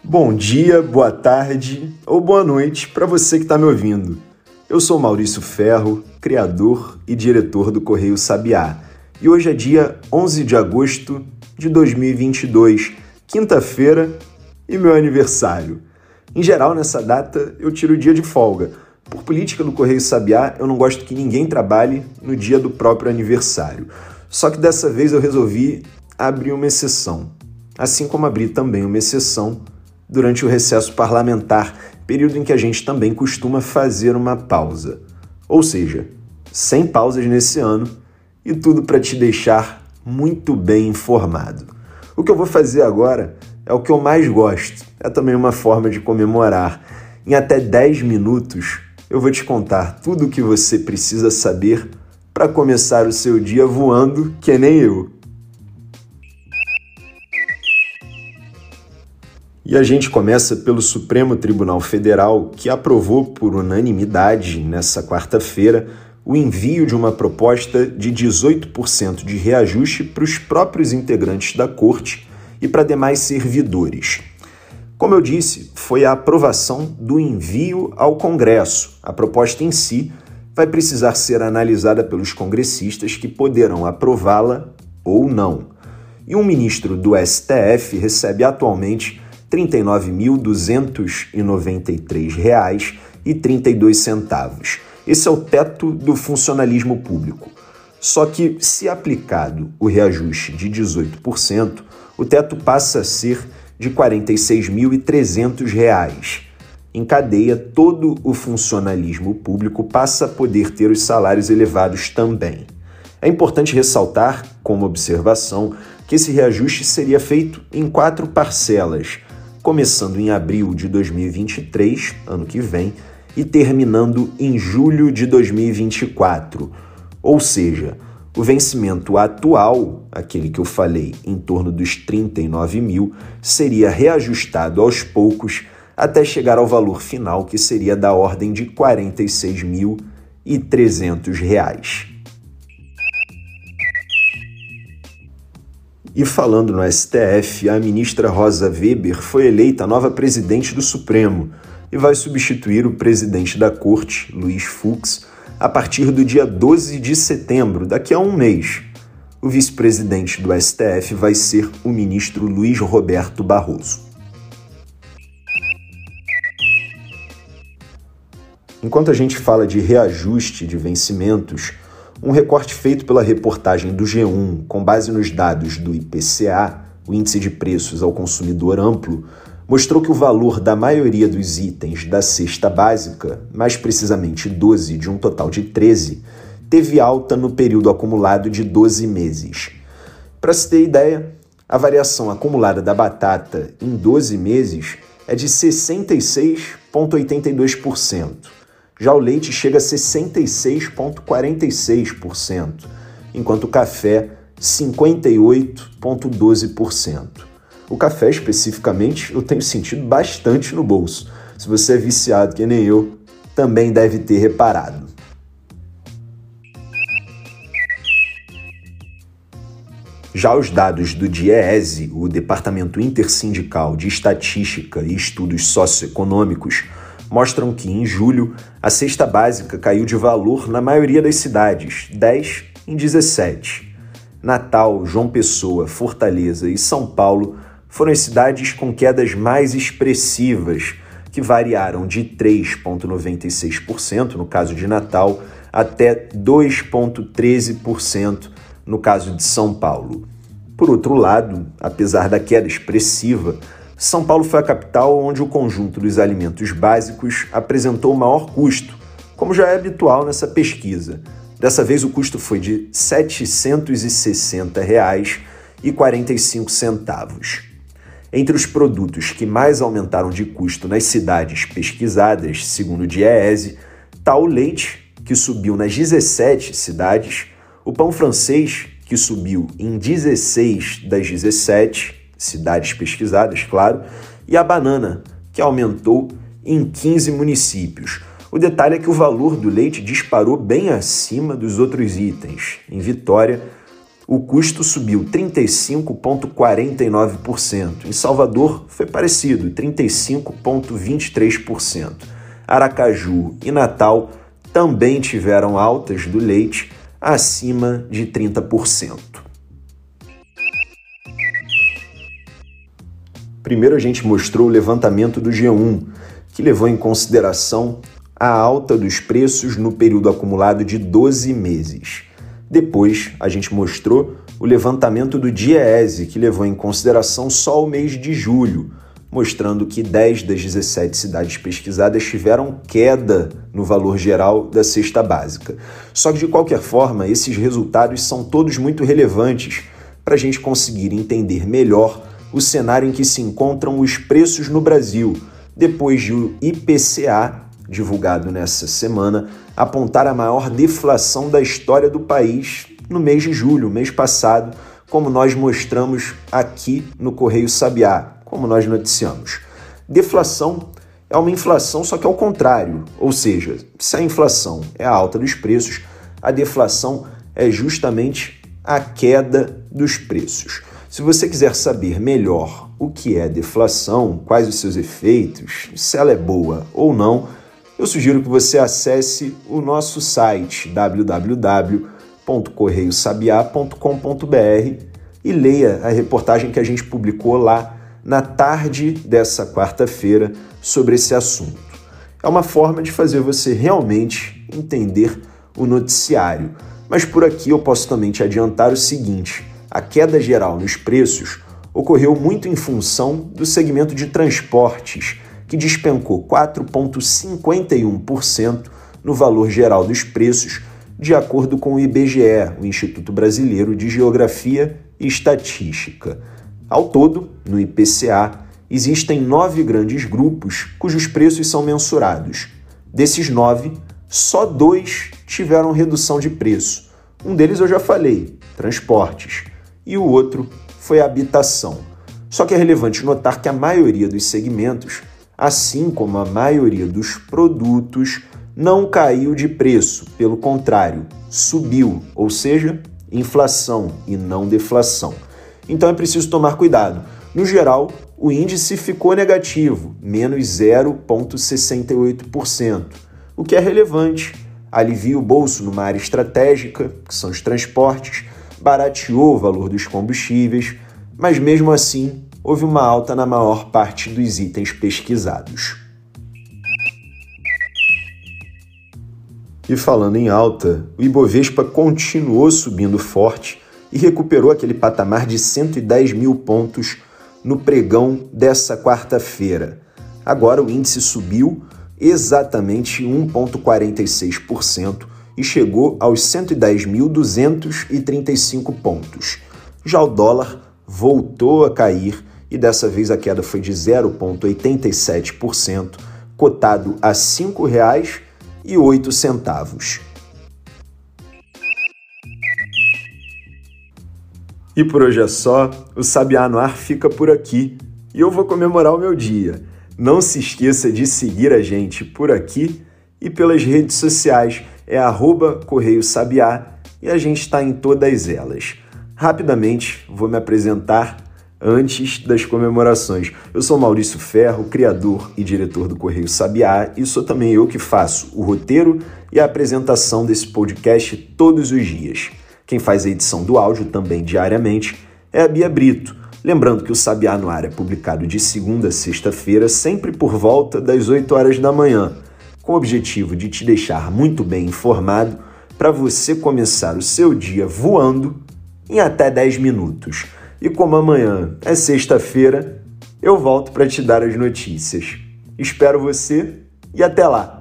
Bom dia, boa tarde ou boa noite para você que está me ouvindo. Eu sou Maurício Ferro, criador e diretor do Correio Sabiá. E hoje é dia 11 de agosto de 2022, quinta-feira e meu aniversário. Em geral, nessa data, eu tiro o dia de folga. Por política do Correio Sabiá, eu não gosto que ninguém trabalhe no dia do próprio aniversário. Só que dessa vez eu resolvi abrir uma exceção. Assim como abri também uma exceção durante o recesso parlamentar, período em que a gente também costuma fazer uma pausa. Ou seja, sem pausas nesse ano e tudo para te deixar muito bem informado. O que eu vou fazer agora é o que eu mais gosto, é também uma forma de comemorar. Em até 10 minutos, eu vou te contar tudo o que você precisa saber para começar o seu dia voando que nem eu. E a gente começa pelo Supremo Tribunal Federal, que aprovou por unanimidade, nessa quarta-feira, o envio de uma proposta de 18% de reajuste para os próprios integrantes da Corte e para demais servidores. Como eu disse, foi a aprovação do envio ao Congresso. A proposta em si vai precisar ser analisada pelos congressistas que poderão aprová-la ou não. E um ministro do STF recebe atualmente R$ 39.293,32. Esse é o teto do funcionalismo público. Só que, se aplicado o reajuste de 18%, o teto passa a ser de R$ 46.300. Em cadeia, todo o funcionalismo público passa a poder ter os salários elevados também. É importante ressaltar, como observação, que esse reajuste seria feito em 4 parcelas, começando em abril de 2023, ano que vem, e terminando em julho de 2024. Ou seja, o vencimento atual, aquele que eu falei em torno dos 39 mil, seria reajustado aos poucos até chegar ao valor final, que seria da ordem de R$ 46.300. E falando no STF, a ministra Rosa Weber foi eleita a nova presidente do Supremo e vai substituir o presidente da Corte, Luiz Fux, a partir do dia 12 de setembro, daqui a um mês. O vice-presidente do STF vai ser o ministro Luiz Roberto Barroso. Enquanto a gente fala de reajuste de vencimentos, um recorte feito pela reportagem do G1, com base nos dados do IPCA, o Índice de Preços ao Consumidor Amplo, mostrou que o valor da maioria dos itens da cesta básica, mais precisamente 12 de um total de 13, teve alta no período acumulado de 12 meses. Para se ter ideia, a variação acumulada da batata em 12 meses é de 66,82%. Já o leite chega a 66,46%, enquanto o café, 58,12%. O café, especificamente, eu tenho sentido bastante no bolso. Se você é viciado que nem eu, também deve ter reparado. Já os dados do DIEESE, o Departamento Intersindical de Estatística e Estudos Socioeconômicos, mostram que, em julho, a cesta básica caiu de valor na maioria das cidades, 10 em 17. Natal, João Pessoa, Fortaleza e São Paulo foram as cidades com quedas mais expressivas, que variaram de 3,96% no caso de Natal até 2,13% no caso de São Paulo. Por outro lado, apesar da queda expressiva, São Paulo foi a capital onde o conjunto dos alimentos básicos apresentou o maior custo, como já é habitual nessa pesquisa. Dessa vez o custo foi de R$ 760,45. Entre os produtos que mais aumentaram de custo nas cidades pesquisadas, segundo o DIEESE, está o leite, que subiu nas 17 cidades, o pão francês, que subiu em 16 das 17 cidades pesquisadas, claro, e a banana, que aumentou em 15 municípios. O detalhe é que o valor do leite disparou bem acima dos outros itens. Em Vitória, o custo subiu 35,49%. Em Salvador foi parecido, 35,23%. Aracaju e Natal também tiveram altas do leite acima de 30%. Primeiro a gente mostrou o levantamento do G1, que levou em consideração a alta dos preços no período acumulado de 12 meses. Depois, a gente mostrou o levantamento do DIEESE, que levou em consideração só o mês de julho, mostrando que 10 das 17 cidades pesquisadas tiveram queda no valor geral da cesta básica. Só que, de qualquer forma, esses resultados são todos muito relevantes para a gente conseguir entender melhor o cenário em que se encontram os preços no Brasil, depois de o IPCA, divulgado nessa semana, apontar a maior deflação da história do país no mês de julho, mês passado, como nós mostramos aqui no Correio Sabiá, como nós noticiamos. Deflação é uma inflação, só que ao contrário, ou seja, se a inflação é a alta dos preços, a deflação é justamente a queda dos preços. Se você quiser saber melhor o que é deflação, quais os seus efeitos, se ela é boa ou não, eu sugiro que você acesse o nosso site www.correiosabiá.com.br e leia a reportagem que a gente publicou lá na tarde dessa quarta-feira sobre esse assunto. É uma forma de fazer você realmente entender o noticiário. Mas por aqui eu posso também te adiantar o seguinte: a queda geral nos preços ocorreu muito em função do segmento de transportes, que despencou 4,51% no valor geral dos preços, de acordo com o IBGE, o Instituto Brasileiro de Geografia e Estatística. Ao todo, no IPCA, existem 9 grandes grupos cujos preços são mensurados. Desses 9, só 2 tiveram redução de preço. Um deles eu já falei, transportes, e o outro foi habitação. Só que é relevante notar que a maioria dos segmentos, assim como a maioria dos produtos, não caiu de preço, pelo contrário, subiu, ou seja, inflação e não deflação. Então é preciso tomar cuidado. No geral, o índice ficou negativo, menos 0,68%, o que é relevante. Alivia o bolso numa área estratégica, que são os transportes, barateou o valor dos combustíveis, mas mesmo assim houve uma alta na maior parte dos itens pesquisados. E falando em alta, o Ibovespa continuou subindo forte e recuperou aquele patamar de 110 mil pontos no pregão dessa quarta-feira. Agora o índice subiu exatamente 1,46% e chegou aos 110.235 pontos. Já o dólar voltou a cair e dessa vez a queda foi de 0,87%, cotado a R$ 5,08. E por hoje é só, o Sabiá no Ar fica por aqui e eu vou comemorar o meu dia. Não se esqueça de seguir a gente por aqui e pelas redes sociais, é @Correio Sabiá e a gente está em todas elas. Rapidamente, vou me apresentar antes das comemorações. Eu sou Maurício Ferro, criador e diretor do Correio Sabiá e sou também eu que faço o roteiro e a apresentação desse podcast todos os dias. Quem faz a edição do áudio também diariamente é a Bia Brito. Lembrando que o Sabiá no Ar é publicado de segunda a sexta-feira, sempre por volta das 8 horas da manhã, com o objetivo de te deixar muito bem informado para você começar o seu dia voando em até 10 minutos. E como amanhã é sexta-feira, eu volto para te dar as notícias. Espero você e até lá!